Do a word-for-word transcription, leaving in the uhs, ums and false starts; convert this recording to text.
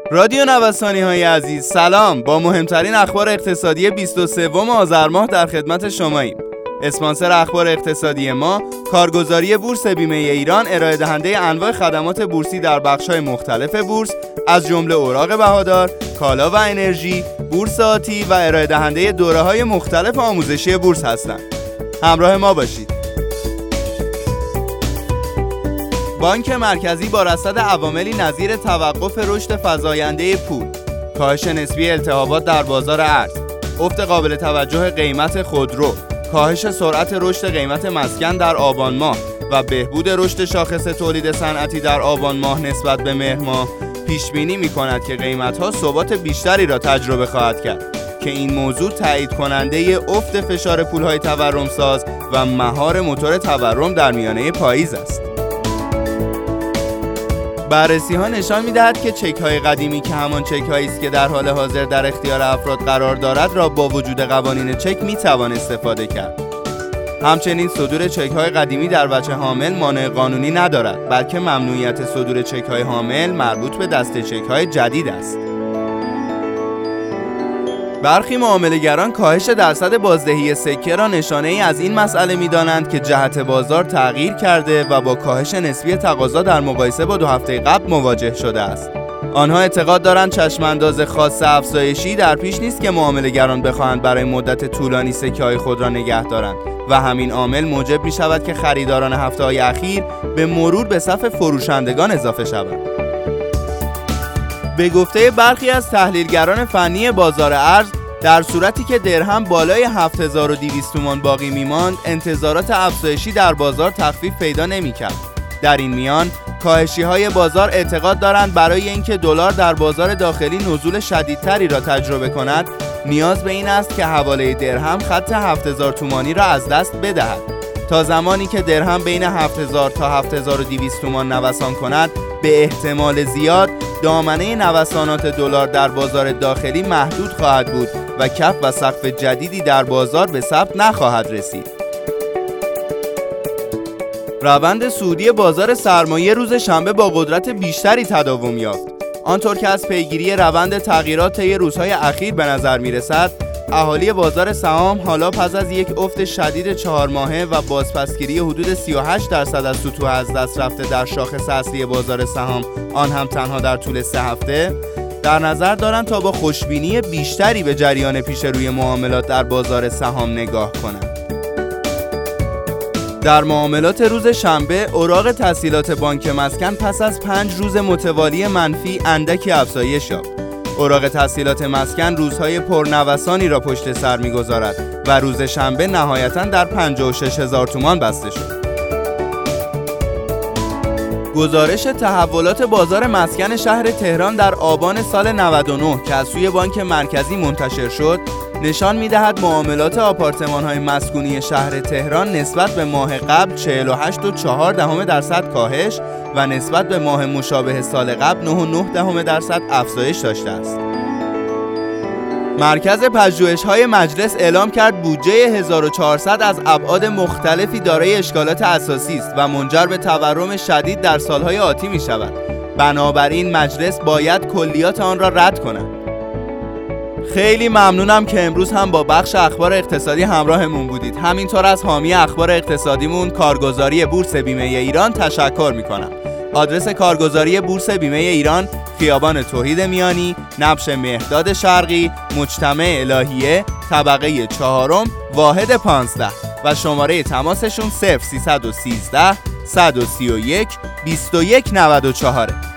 رادیو نوسانی های عزیز سلام، با مهمترین اخبار اقتصادی بیست و سوم آذر ماه در خدمت شماییم. اسپانسر اخبار اقتصادی ما کارگزاری بورس بیمه ایران، ارائه دهنده انواع خدمات بورسی در بخش‌های مختلف بورس از جمله اوراق بهادار، کالا و انرژی، بورس آتی و ارائه دهنده دوره‌های مختلف آموزشی بورس هستند. همراه ما باشید. بانک مرکزی با رصد عواملی نظیر توقف رشد فزاینده پول، کاهش نسبی التهابات در بازار ارز، افت قابل توجه قیمت خودرو، کاهش سرعت رشد قیمت مسکن در آبان ماه و بهبود رشد شاخص تولید صنعتی در آبان ماه نسبت به مهر ماه پیش بینی می‌کند که قیمت‌ها ثبات بیشتری را تجربه خواهد کرد که این موضوع تایید کننده افت فشار پول‌های تورم‌ساز و مهار موتور تورم در میانه پاییز است. بررسی ها نشان می‌دهد که چک های قدیمی که همان چک هایی است که در حال حاضر در اختیار افراد قرار دارد را با وجود قوانین چک می‌توان استفاده کرد. همچنین صدور چک های قدیمی در وجه حامل مانع قانونی ندارد، بلکه ممنوعیت صدور چک های حامل مربوط به دسته چک های جدید است. برخی معامله‌گران کاهش درصد بازدهی سکه را نشانه‌ای از این مسئله می‌دانند که جهت بازار تغییر کرده و با کاهش نسبی تقاضا در مقایسه با دو هفته قبل مواجه شده است. آنها اعتقاد دارند چشم‌انداز خاص افزایشی در پیش نیست که معامله‌گران بخواهند برای مدت طولانی سکه‌های خود را نگه دارند و همین عامل موجب می‌شود که خریداران هفته‌های اخیر به مرور به صف فروشندگان اضافه شوند. به گفته برخی از تحلیلگران فنی بازار ارز، در صورتی که درهم بالای هفت هزار و دویست تومان باقی میماند، انتظارات افزایشی در بازار تخفیف پیدا نمی‌کرد. در این میان کاهشی‌های بازار اعتقاد دارند برای اینکه دلار در بازار داخلی نزول شدیدتری را تجربه کند، نیاز به این است که حواله درهم خط هفت هزار تومانی را از دست بدهد. تا زمانی که درهم بین هفت هزار تا هفت هزار و دویست تومان نوسان کند، به احتمال زیاد دامنه نوسانات دلار در بازار داخلی محدود خواهد بود و کف و سقف جدیدی در بازار به ثبت نخواهد رسید. روند صعودی بازار سرمایه روز شنبه با قدرت بیشتری تداوم یافت. آنطور که از پیگیری روند تغییرات طی روزهای اخیر به نظر می‌رسد، اهالی بازار سهام حالا پس از یک افت شدید چهار ماهه و بازپسگیری حدود سی و هشت درصد از سطوح از دست رفته در شاخص اصلی بازار سهام، آن هم تنها در طول سه هفته، در نظر دارند تا با خوشبینی بیشتری به جریان پیش روی معاملات در بازار سهام نگاه کنند. در معاملات روز شنبه، اوراق تسهیلات بانک مسکن پس از پنج روز متوالی منفی اندکی افزایش یافت. اوراق تسهیلات مسکن روزهای پرنوسانی را پشت سر می‌گذارد و روز شنبه نهایتاً در پنجاه و شش هزار تومان بسته شد. گزارش تحولات بازار مسکن شهر تهران در آبان سال نود و نه که از سوی بانک مرکزی منتشر شد، نشان می‌دهد معاملات آپارتمان‌های مسکونی شهر تهران نسبت به ماه قبل چهل و هشت و چهار دهم درصد کاهش و نسبت به ماه مشابه سال قبل نه و نه دهم درصد افزایش داشته است. مرکز پژوهش‌های مجلس اعلام کرد بودجه هزار و چهارصد از ابعاد مختلفی دارای اشکالات اساسی است و منجر به تورم شدید در سال‌های آتی می‌شود. بنابراین مجلس باید کلیات آن را رد کند. خیلی ممنونم که امروز هم با بخش اخبار اقتصادی همراهمون بودید. همینطور از حامی اخبار اقتصادیمون کارگزاری بورس بیمه ایران تشکر میکنم. آدرس کارگزاری بورس بیمه ایران: خیابان توحید میانی، نبش مهداد شرقی، مجتمع الهیه، طبقه چهارم، واحد پانزده و شماره تماسشون صفر سیصد و سیزده صد و سی و یک بیست و یک نود و چهار.